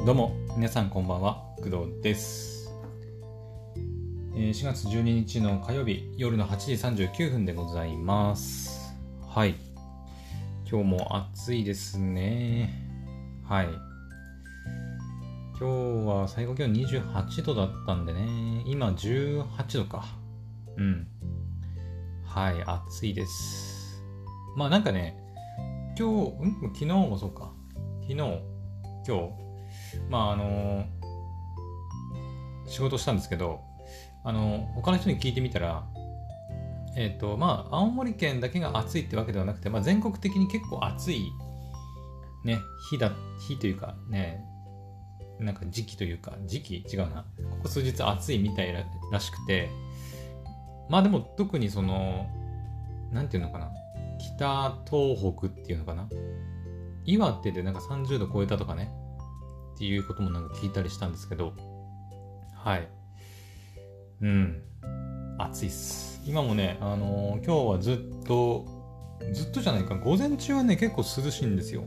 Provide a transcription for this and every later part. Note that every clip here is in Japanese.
どうも皆さんこんばんは、工藤です。4月12日の火曜日夜の8時39分でございます。はい、今日も暑いですね。はい、今日は最高気温28度だったんでね、今18度か。はい、暑いです。まあなんかね、昨日もそうか、今日仕事したんですけど、他の人に聞いてみたら、青森県だけが暑いってわけではなくて、全国的に結構暑いね、日というかね、なんか時期違うな。ここ数日暑いみたいらしくて、でも特になんていうのかな、北東北っていうのかな、岩手でなんか30度超えたとかね、っていうこともなんか聞いたりしたんですけど、はい。暑いっす。今もね、今日はずっとじゃないか、午前中はね、結構涼しいんですよ。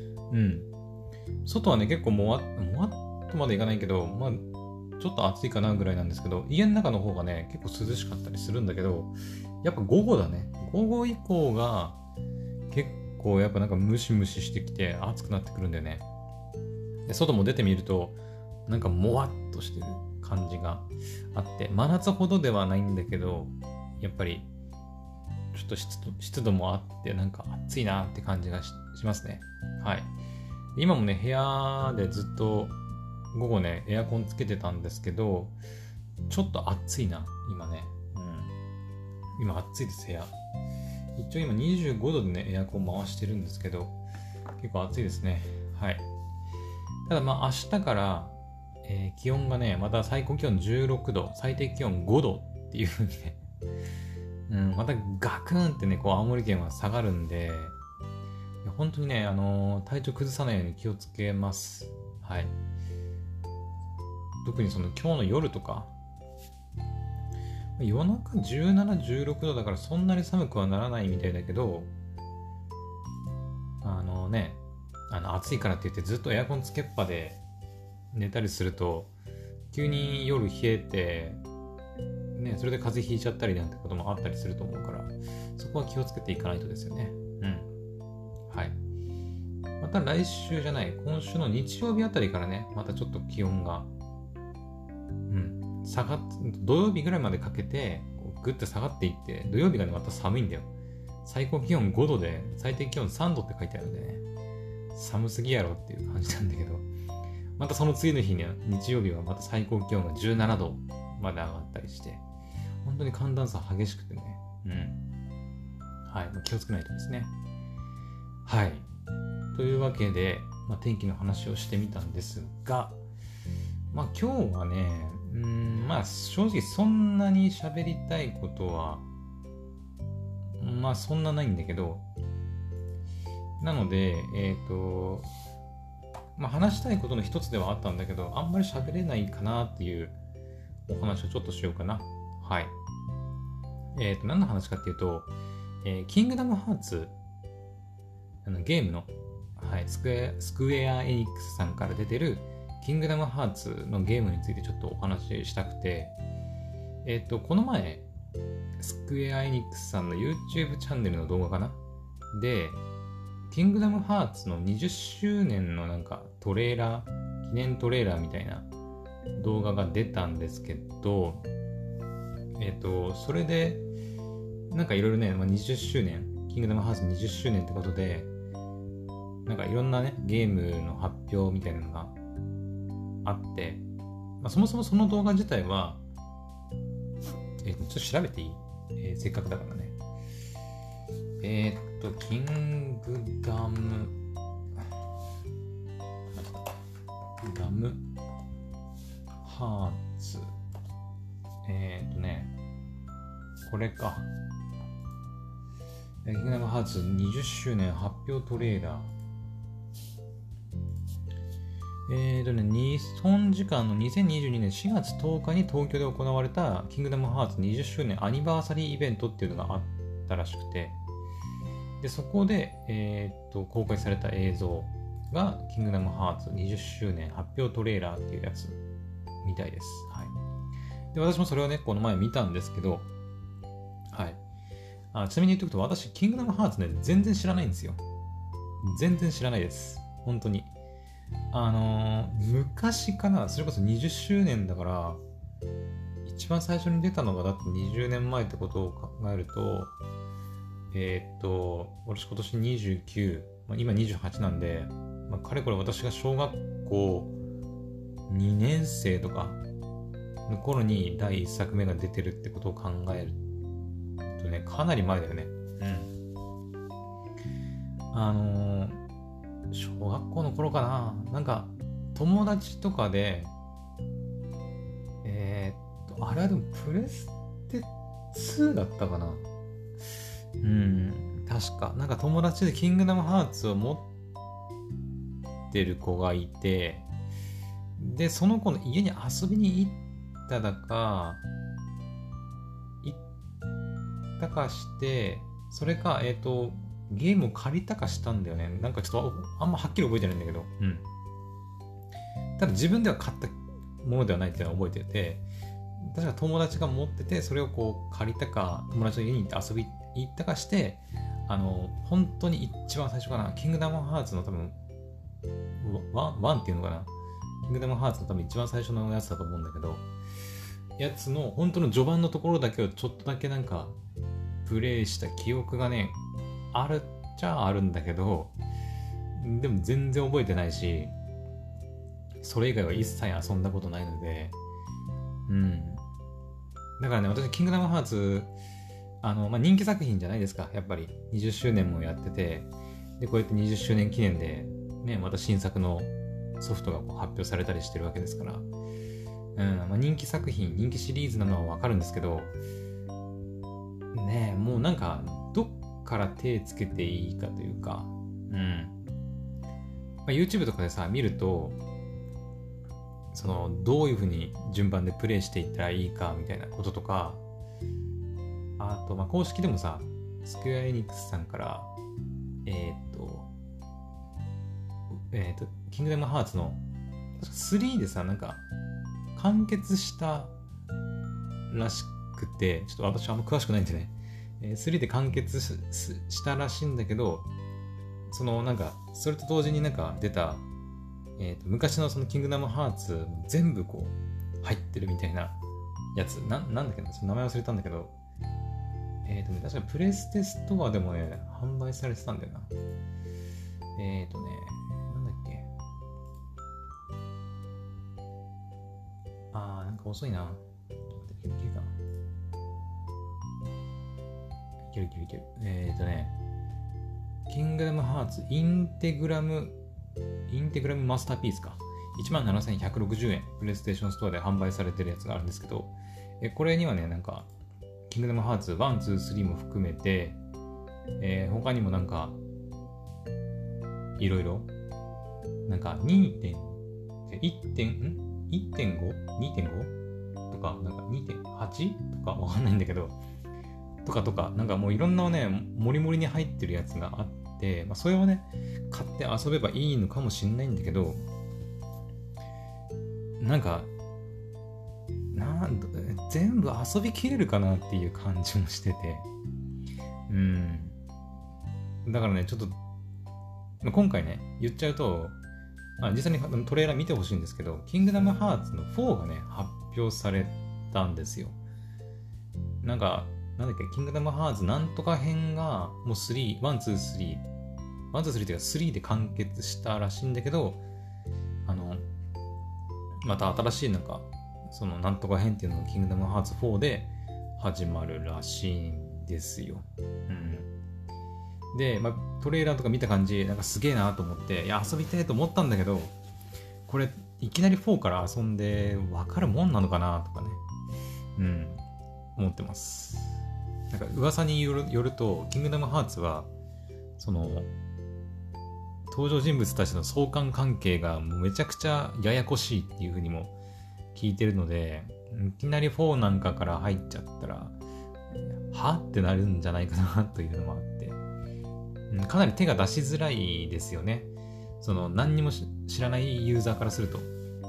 外はね、結構もわっとまでいかないけど、ちょっと暑いかなぐらいなんですけど、家の中の方がね、結構涼しかったりするんだけど、やっぱ午後だね。午後以降が結構やっぱなんかムシムシしてきて暑くなってくるんだよね。で外も出てみるとなんかもわっとしてる感じがあって、真夏ほどではないんだけど、やっぱりちょっと湿度もあってなんか暑いなって感じが しますね。はい。今もね、部屋でずっと午後ねエアコンつけてたんですけど、ちょっと暑いな今ね。今暑いです。部屋一応今25度でねエアコン回してるんですけど、結構暑いですね。はい。ただ明日から、気温がね、また最高気温16度、最低気温5度っていう風にね、またガクンってね、青森県は下がるんで、本当にね、体調崩さないように気をつけます。はい。特に今日の夜とか、夜中17、16度だからそんなに寒くはならないみたいだけど、暑いからって言ってずっとエアコンつけっぱで寝たりすると、急に夜冷えて、ね、それで風邪ひいちゃったりなんてこともあったりすると思うから、そこは気をつけていかないとですよね。はい。また今週の日曜日あたりからね、またちょっと気温が、下がっ土曜日ぐらいまでかけて、ぐって下がっていって、土曜日がね、また寒いんだよ。最高気温5度で、最低気温3度って書いてあるんでね、寒すぎやろっていう感じなんだけど、またその次の日には、日曜日はまた最高気温が17度まで上がったりして、本当に寒暖差激しくてね、はい、気をつけないとですね。はい。というわけで、天気の話をしてみたんですが、今日はね、正直そんなに喋りたいことは、そんなないんだけど、なので、話したいことの一つではあったんだけど、あんまり喋れないかなっていうお話をちょっとしようかな。はい。何の話かっていうと、キングダムハーツ、ゲームの、はい、スクエア・エニックスさんから出てるキングダムハーツのゲームについてちょっとお話ししたくて、この前、スクエア・エニックスさんの YouTube チャンネルの動画かなで、キングダムハーツの20周年のなんか記念トレーラーみたいな動画が出たんですけど、それで、なんかいろいろね、20周年、キングダムハーツ20周年ってことで、なんかいろんなね、ゲームの発表みたいなのがあって、そもそもその動画自体は、ちょっと調べていい？せっかくだからね。キングダムハーツ。これか。キングダムハーツ20周年発表トレーラー。日本時間の2022年4月10日に東京で行われたキングダムハーツ20周年アニバーサリーイベントっていうのがあったらしくて、でそこで、公開された映像がキングダムハーツ20周年発表トレーラーっていうやつみたいです。はい。で、私もそれをね、この前見たんですけど、はい。ちなみに言っておくと、私、キングダムハーツね、全然知らないんですよ。全然知らないです。本当に。昔かな、それこそ20周年だから、一番最初に出たのがだって20年前ってことを考えると、私今年29、今28なんで、かれこれ私が小学校2年生とかの頃に第1作目が出てるってことを考えるとね、かなり前だよね。小学校の頃かな、なんか友達とかで、あれはでもプレステ2だったかな。確か。なんか友達でキングダムハーツを持ってる子がいて、で、その子の家に遊びに行っただか、して、それか、ゲームを借りたかしたんだよね。なんかちょっとあんまはっきり覚えてないんだけど。ただ自分では買ったものではないっていうのは覚えてて、確か友達が持ってて、それをこう借りたか、友達の家に行って遊び行ったかして、本当に一番最初かな、キングダムハーツの多分、ワンっていうのかな。キングダムハーツの多分一番最初のやつだと思うんだけど、やつの本当の序盤のところだけをちょっとだけなんか、プレイした記憶がね、あるっちゃあるんだけど、でも全然覚えてないし、それ以外は一切遊んだことないので、だからね、私、キングダムハーツ、人気作品じゃないですか、やっぱり。20周年もやってて、で、こうやって20周年記念で、ね、また新作のソフトがこう発表されたりしてるわけですから、人気作品、人気シリーズなのはわかるんですけど、ね、もうなんか、どっから手つけていいかというか、YouTube とかでさ、見ると、どういう風に順番でプレイしていったらいいかみたいなこととか、あと、公式でもさ、スクエアエニックスさんから、キングダムハーツの3でさ、なんか、完結したらしくて、ちょっと私はあんま詳しくないんでね、3で完結したらしいんだけど、なんか、それと同時になんか出た、昔のそのキングダムハーツ全部こう入ってるみたいなやつなんだっけな、ちょっと名前忘れたんだけど、確かプレステストアでもね販売されてたんだよな。なんだっけ、なんか遅いな。ちょっと待って、いけるかな。いける。キングダムハーツインテグラムマスターピースか。17,160円、プレイステーションストアで販売されてるやつがあるんですけど、これにはね、なんか、キングダムハーツ1、2、3も含めて、他にもなんか、いろいろ、なんか 1.5?2.5? とか、なんか 2.8? とかわかんないんだけど、とか、なんかもういろんなね、もりもりに入ってるやつがあって、それをね、買って遊べばいいのかもしんないんだけど、なんか、全部遊びきれるかなっていう感じもしてて、だからね、ちょっと、今回ね、言っちゃうと、実際にトレーラー見てほしいんですけど、キングダムハーツの4がね、発表されたんですよ。なんだっけ、キングダムハーツなんとか編が、もう3、1、2、3っていうか3で完結したらしいんだけど、また新しいなんか、なんとか編っていうのがキングダムハーツ4で始まるらしいんですよ。で、トレーラーとか見た感じ、なんかすげえなと思って、いや、遊びたいと思ったんだけど、これ、いきなり4から遊んで分かるもんなのかなとかね、思ってます。なんか噂によると、キングダムハーツは、登場人物たちの相関関係がめちゃくちゃややこしいっていう風にも聞いてるので、いきなり4なんかから入っちゃったら、はってなるんじゃないかなというのもあって、かなり手が出しづらいですよね。 その何にも知らないユーザーからすると。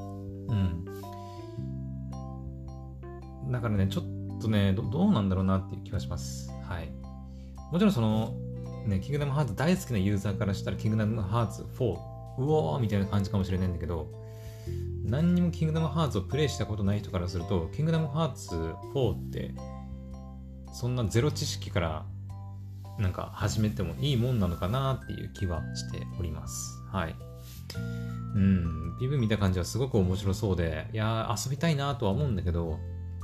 だからね、ちょっとね、どうなんだろうなっていう気はします。はい。もちろんその、ね、キングダムハーツ大好きなユーザーからしたら、キングダムハーツ4、うおーみたいな感じかもしれないんだけど、何にもキングダムハーツをプレイしたことない人からすると、キングダムハーツ4って、そんなゼロ知識からなんか始めてもいいもんなのかなっていう気はしております。はい。PV 見た感じはすごく面白そうで、いやー遊びたいなとは思うんだけど、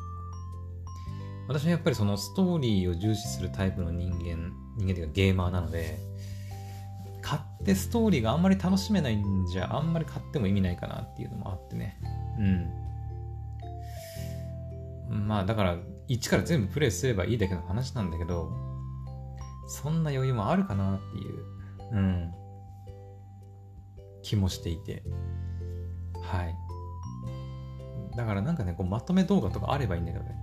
私はやっぱりそのストーリーを重視するタイプの人間というかゲーマーなので、買ってストーリーがあんまり楽しめないんじゃ、あんまり買っても意味ないかなっていうのもあってね。まあだから、一から全部プレイすればいいだけの話なんだけど、そんな余裕もあるかなっていう、気もしていて。はい。だからなんかね、こうまとめ動画とかあればいいんだけどね。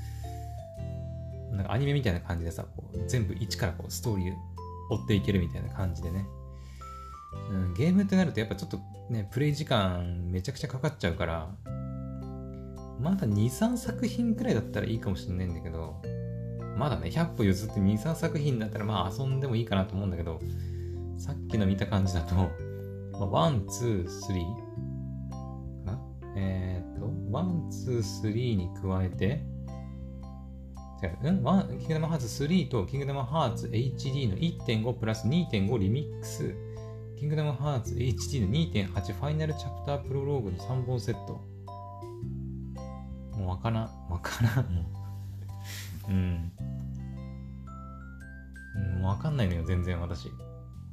なんかアニメみたいな感じでさ、こう全部一からこうストーリー追っていけるみたいな感じでね。ゲームってなるとやっぱちょっとね、プレイ時間めちゃくちゃかかっちゃうから、まだ2、3作品くらいだったらいいかもしれないんだけど、まだね、100歩譲って2、3作品だったらまあ遊んでもいいかなと思うんだけど、さっきの見た感じだと、1、2、3かな1、2、3に加えて、キングダムハーツ3とキングダムハーツ HD の 1.5 プラス 2.5 リミックス、キングダムハーツ HD の 2.8 ファイナルチャプタープロローグの3本セット。もうわからん。もうわかんないのよ、全然私。はい。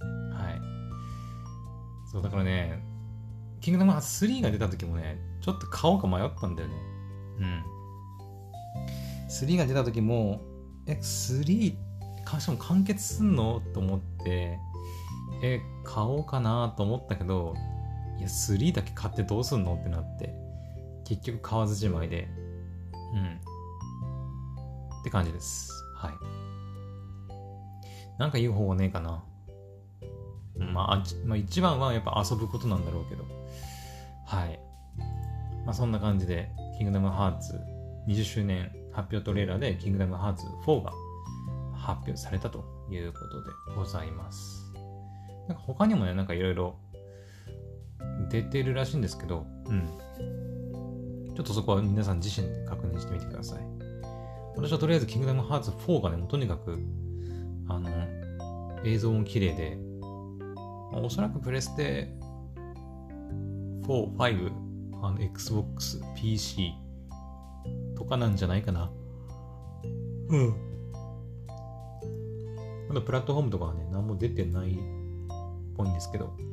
そう、だからね、キングダムハーツ3が出た時もね、ちょっと買おうか迷ったんだよね。3が出た時も、3、しかも完結すんのと思って、買おうかなと思ったけど、いや、3だけ買ってどうすんのってなって、結局買わずじまいで、って感じです。はい。なんか言う方がねえかな。まあ一番はやっぱ遊ぶことなんだろうけど。はい。まあそんな感じで、キングダムハーツ20周年発表トレーラーでキングダムハーツ4が発表されたということでございます。なんか他にもね、なんかいろいろ出てるらしいんですけど、ちょっとそこは皆さん自身で確認してみてください。私はとりあえずキングダムハーツ4がね、もうとにかく、映像も綺麗で、おそらくプレステ4、5、Xbox、PC とかなんじゃないかな。まだプラットフォームとかはね、何も出てないっぽいんですけど。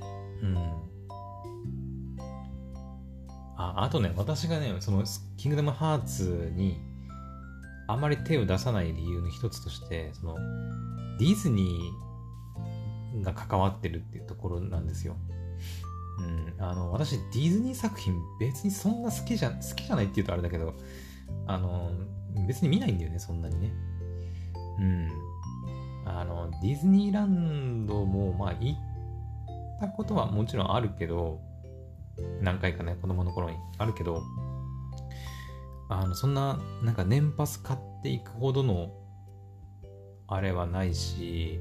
あとね、私がね、その、キングダムハーツにあまり手を出さない理由の一つとして、その、ディズニーが関わってるっていうところなんですよ。私、ディズニー作品別にそんな好きじゃないって言うとあれだけど、別に見ないんだよね、そんなにね。ディズニーランドも、まあ、行ったことはもちろんあるけど、何回かね、子供の頃にあるけど、そんな、なんか年パス買っていくほどの、あれはないし、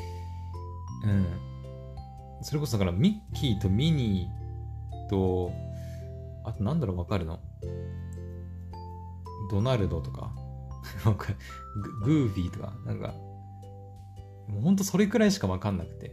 それこそだからミッキーとミニーと、あとなんだろうわかるのドナルドとか、グーフィーとか、なんか、もうほんとそれくらいしかわかんなくて。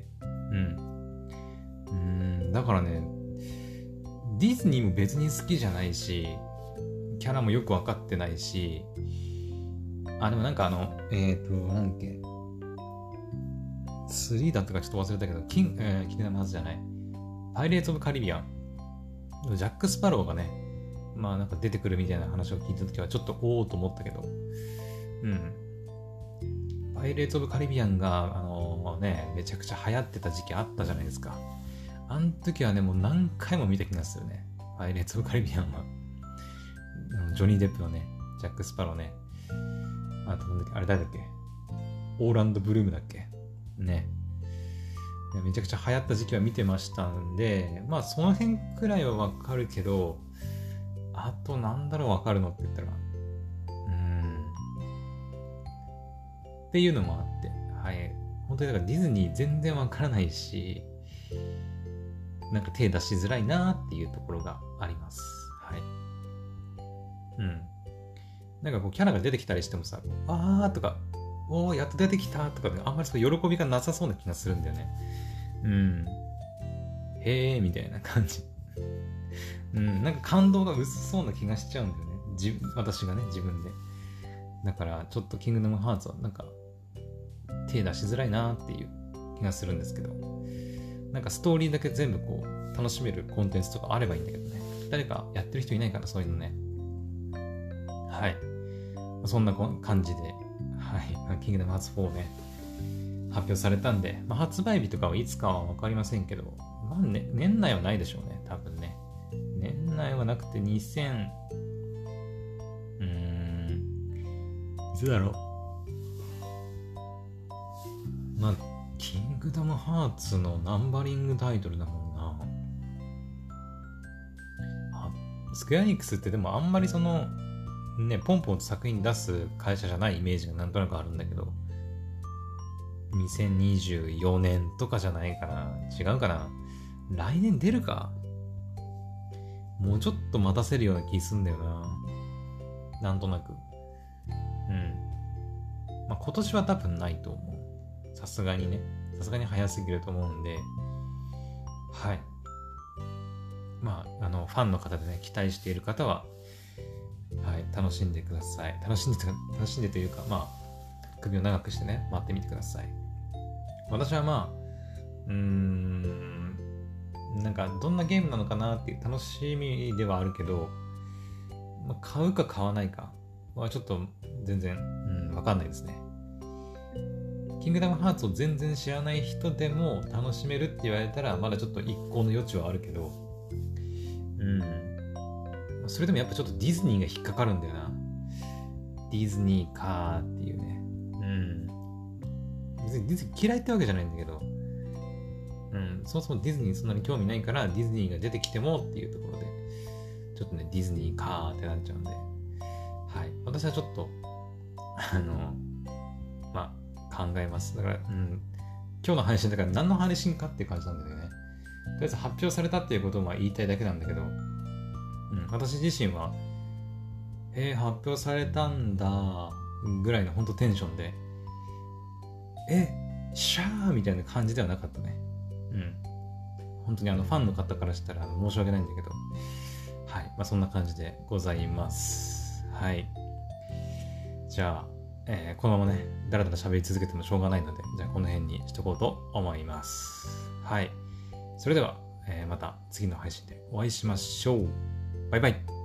だからね、ディズニーも別に好きじゃないし、キャラもよくわかってないし、でもなんかなんだっけ、3だったかちょっと忘れたけど、キングダムハーツじゃない。パイレーツ・オブ・カリビアン。ジャック・スパローがね、まあなんか出てくるみたいな話を聞いたときはちょっとおーと思ったけど、パイレーツ・オブ・カリビアンが、めちゃくちゃ流行ってた時期あったじゃないですか。あの時はね、もう何回も見た気がするね。パイレーツ・オブ・カリビアンは。ジョニー・デップのね、ジャック・スパローね。あとなんだっけ、あれ誰だっけ、オーランド・ブルームだっけね。 めちゃくちゃ流行った時期は見てましたんで、まあその辺くらいはわかるけど、あとなんだろうわかるのって言ったら、っていうのもあって、はい。本当にだからディズニー全然わからないし、なんか手出しづらいなっていうところがあります。はい。なんかこうキャラが出てきたりしてもさ、あーとか、おーやっと出てきたとかで、あんまりそう喜びがなさそうな気がするんだよね。へーみたいな感じ。なんか感動が薄そうな気がしちゃうんだよね。私がね、自分で。だからちょっとキングダムハーツはなんか手出しづらいなっていう気がするんですけど、なんかストーリーだけ全部こう楽しめるコンテンツとかあればいいんだけどね。誰かやってる人いないからそういうのね。はい。そんな感じで、はい。キングダムハーツ4ね、発表されたんで、発売日とかはいつかはわかりませんけど、年内はないでしょうね、多分ね。年内はなくていつだろう。キングダムハーツのナンバリングタイトルだもんな。スクエアニックスってでもあんまりその、ね、ポンポンと作品出す会社じゃないイメージがなんとなくあるんだけど、2024年とかじゃないかな。違うかな。来年出るか。もうちょっと待たせるような気すんだよな。なんとなく。今年は多分ないと思う。さすがにね。さすがに早すぎると思うんで。はい。ファンの方でね、期待している方は、はい、楽しんでください。楽しんでというか、首を長くしてね、待ってみてください。私はなんかどんなゲームなのかなっていう楽しみではあるけど、買うか買わないかはちょっと全然、わかんないですね。キングダムハーツを全然知らない人でも楽しめるって言われたらまだちょっと一向の余地はあるけど、それでもやっぱちょっとディズニーが引っかかるんだよな。ディズニーかーっていうね。別にディズニー嫌いってわけじゃないんだけど、そもそもディズニーそんなに興味ないからディズニーが出てきてもっていうところでちょっとねディズニーかーってなっちゃうんで、はい、私はちょっと考えます。だから、今日の配信だから何の配信かっていう感じなんだよね。とりあえず発表されたっていうことを言いたいだけなんだけど、私自身は発表されたんだぐらいの本当テンションでシャーみたいな感じではなかったね。本当にファンの方からしたら申し訳ないんだけど、はい、そんな感じでございます。はい。じゃあ、このままね、だらだら喋り続けてもしょうがないので、じゃあこの辺にしとこうと思います。はい。それでは、また次の配信でお会いしましょう。バイバイ。